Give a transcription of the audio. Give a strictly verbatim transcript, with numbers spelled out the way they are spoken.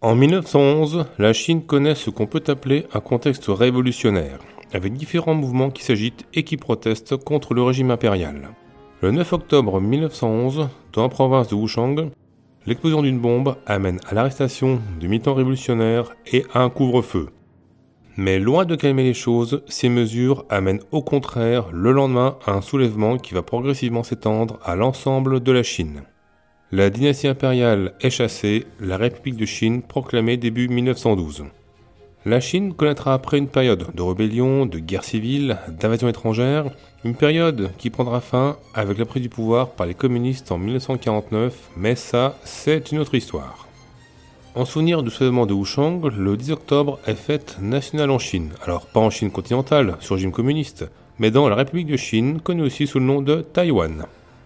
En mille neuf cent onze, la Chine connaît ce qu'on peut appeler un contexte révolutionnaire, avec différents mouvements qui s'agitent et qui protestent contre le régime impérial. Le neuf octobre mille neuf cent onze, dans la province de Wuchang, l'explosion d'une bombe amène à l'arrestation de militants révolutionnaires et à un couvre-feu. Mais loin de calmer les choses, ces mesures amènent au contraire le lendemain à un soulèvement qui va progressivement s'étendre à l'ensemble de la Chine. La dynastie impériale est chassée, la République de Chine proclamée début mille neuf cent douze. La Chine connaîtra après une période de rébellion, de guerre civile, d'invasion étrangère, une période qui prendra fin avec la prise du pouvoir par les communistes en mille neuf cent quarante-neuf, mais ça, c'est une autre histoire. En souvenir du soulèvement de Wuchang, le dix octobre est fête nationale en Chine, alors pas en Chine continentale, sur régime communiste, mais dans la République de Chine, connue aussi sous le nom de Taïwan.